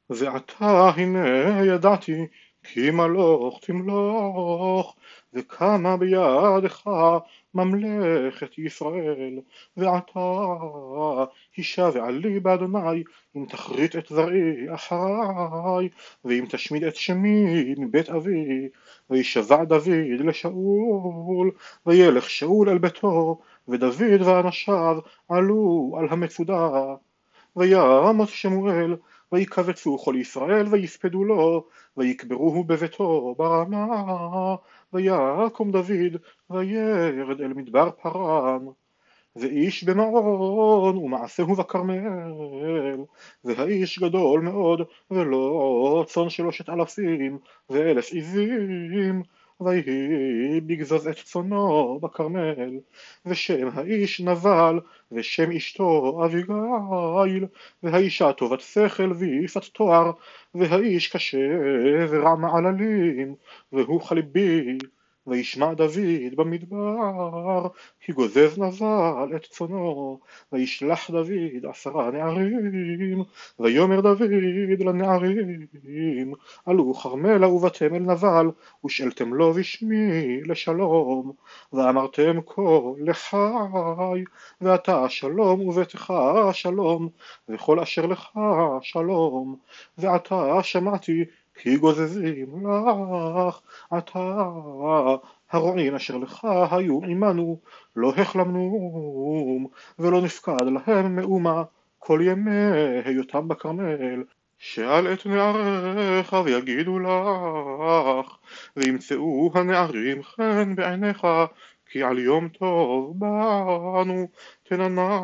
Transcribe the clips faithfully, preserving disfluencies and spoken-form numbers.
ועתה הנה ידעתי כי מלוך תמלוך וקמה בידך ממלכת ישראל. ועתה הישבע לי באדוני אם תכרית את זרעי אחריי ואם תשמיד את שמי מבית אבי. וישבע דוד לשאול וילך שאול אל ביתו ודוד ואנשיו עלו על המצודה. וימות שמואל ויקבצו כל ישראל ויספדו לו ויקברוהו בביתו ברמה. ויקום דוד וירד אל מדבר פרן ואיש במעון ומעשהו בכרמל. והאיש גדול מאוד ולא צאן שלושת אלפים ואלף עזים. ויהי בגזוז את צאנו בכרמל. ושם האיש נבל ושם אשתו אביגיל. והאישה טובת שכל ויפת תואר והאיש קשה ורע מעללים והוא חליבי. וישמע דוד במדבר כי גוזז נבל את צאנו. וישלח דוד עשרה נערים ויאמר דוד לנערים עלו חרמלה ובתם אל נבל ושאלתם לו בשמי לשלום. ואמרתם כה לחי ואתה שלום וביתך שלום וכל אשר לך שלום. ועתה שמעתי כי גוזזים לך. עתה הרועים אשר לך היו עמנו לא החלמנום ולא נפקד להם מאומה כל ימי היותם בכרמל. שאל את נעריך ויגידו לך וימצאו הנערים חן בעיניך כי על יום טוב באנו. תננה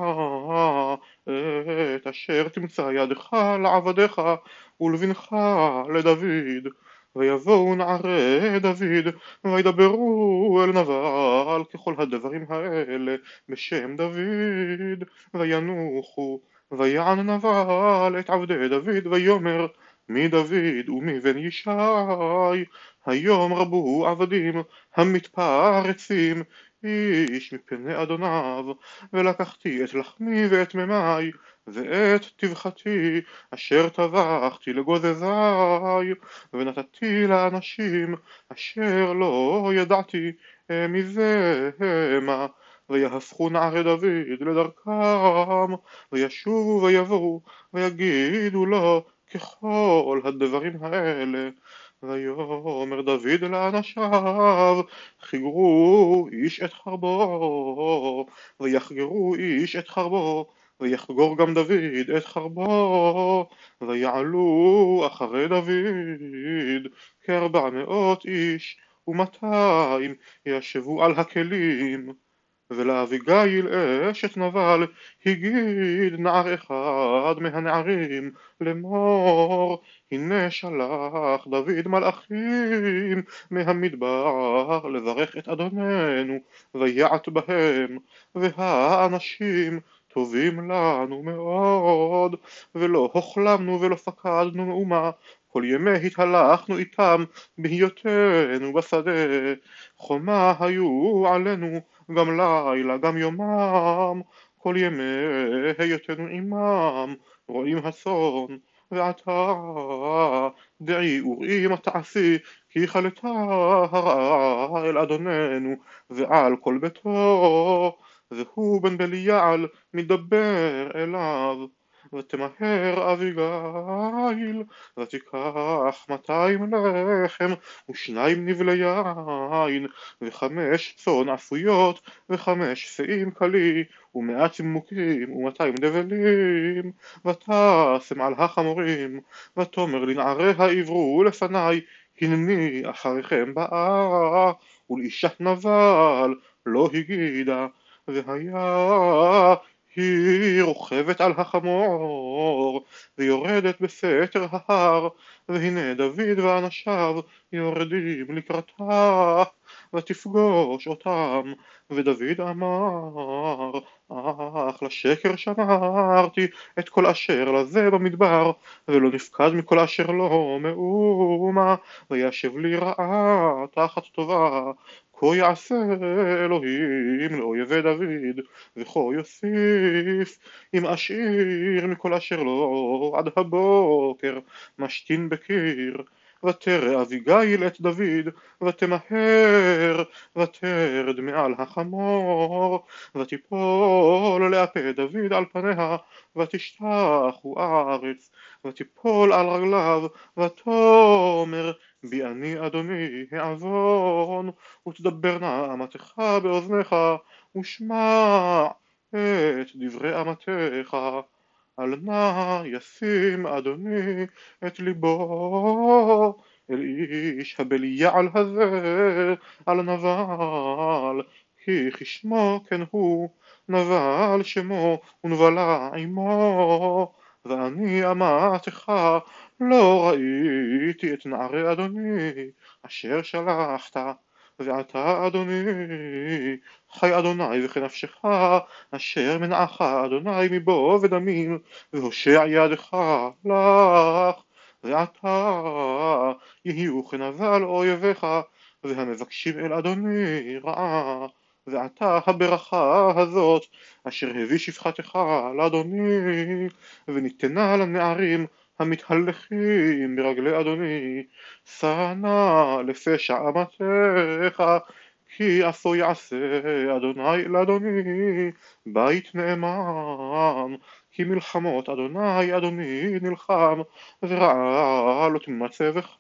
את אשר תמצא ידך לעבדיך ולבנך לדוד. ויבואו נערי דוד וידברו אל נבל ככל הדברים האלה בשם דוד. וינוחו ויען נבל את עבדי דוד ויאמר מי דוד ומי בן ישי. היום רבו עבדים המתפרצים איש מפני אדוניו. ולקחתי את לחמי ואת ממי ואת טבחתי אשר טבחתי לגוזזי ונתתי לאנשים אשר לא ידעתי מזה מה. ויהפכו נערי דוד לדרכם וישובו ויבואו ויגידו לו ככל הדברים האלה. ויאמר דוד לאנשיו חיגרו איש את חרבו ויחגרו איש את חרבו ויחגור גם דוד את חרבו. ויעלו אחרי דוד כארבע מאות איש ומאתיים ישבו על הכלים. ולאביגיל אשת נבל הגיד נער אחד מהנערים לאמור הנה שלח דוד מלאכים מהמדבר לברך את אדוננו ויעט בהם והאנשים טובים לנו מאוד ולא הוחלמנו ולא פקדנו מאומה כל ימי התהלכנו איתם בהיותנו בשדה. חומה היו עלינו גם לילה גם יומם כל ימי היותנו עמם רואים הצאן. ועתה דעי וראי מה תעשי כי חלתה הרעה אל אדוננו ועל כל ביתו והוא בן בליעל מדבר אליו. ותמהר אביגיל ותיקח מאתיים לחם ושניים נבלי יין וחמש צאן אפויות וחמש שאים קלי ומאה צימוקים ומאתיים דבלים. ותשם על החמורים ותאמר לנעריה עברו לפניי הנני אחריכם באה. ולאישת נבל לא הגידה והיה היא רוכבת על החמור ויורדת בסתר ההר. והנה דוד ואנשיו יורדים לקראתה ותפגוש אותם. ודוד אמר אך לשקר שמרתי את כל אשר לזה במדבר ולא נפקד מכל אשר לא מאומה. וישב לי רעה תחת טובה כה יעשה אלוהים לאויבי דוד, וכה יוסיף אם אשיר מכל אשר לו עד הבוקר משתין בקיר. ותרא אביגיל את דוד, ותמהר, ותרד מעל החמור, ותיפול לאפי דוד על פניה, ותשתחו ארץ, ותיפול על רגליו, ותאמר בי אני אדוני העוון, ותדבר נא אמתך באוזניך, ושמע את דברי אמתך. על נא ישים אדוני את ליבו אל איש הבליעל הזה, על נבל, כי כשמו כן הוא, נבל שמו ונבלה עמו. ואני אמתך לא ראיתי את נערי אדוני אשר שלחת, ועתה אדוני חי אדוני וכנפשך אשר מנעך אדוני מבוא ודמים, והושע ידך לך. ועתה יהיו כנבל אויביך, והמבקשים אל אדוני רעה. ועתה הברכה הזאת אשר הביא שפחתך לאדוני, וניתנה לנערים המתהלכים ברגלי אדוני. שא נא לפשע אמתך, כי עשו יעשה אדוני לאדוני בית נאמן. כי מלחמות אדוני אדוני נלחם, ורעה לא תמצא בך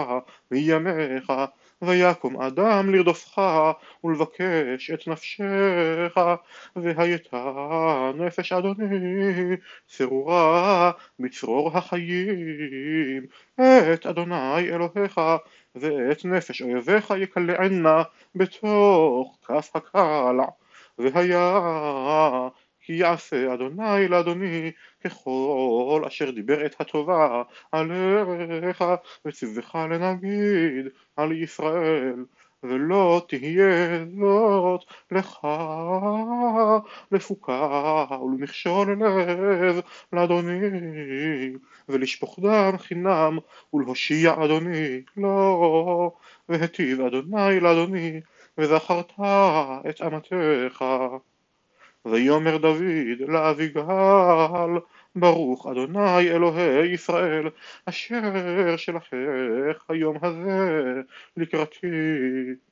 מימיך. ויקום אדם לרדופך ולבקש את נפשך, והייתה נפש אדוני צרורה בצרור החיים. את אדוני אלוהיך ואת נפש אויביך יקלענה בתוך כף הקלע. והיה כי יעשה אדוני לאדוני ככל אשר דיבר את הטובה עליך, וציווך לנגיד על ישראל. ולא תהיה זאת לך לפוקה ולמכשול לב לאדוני, ולשפוך דם חינם ולהושיע אדוני לא. והטיב אדוני לאדוני, וזכרת את אמתך. ויאמר דוד לאביגל, ברוך אדוני אלוהי ישראל, אשר שלחך היום הזה לקראתי.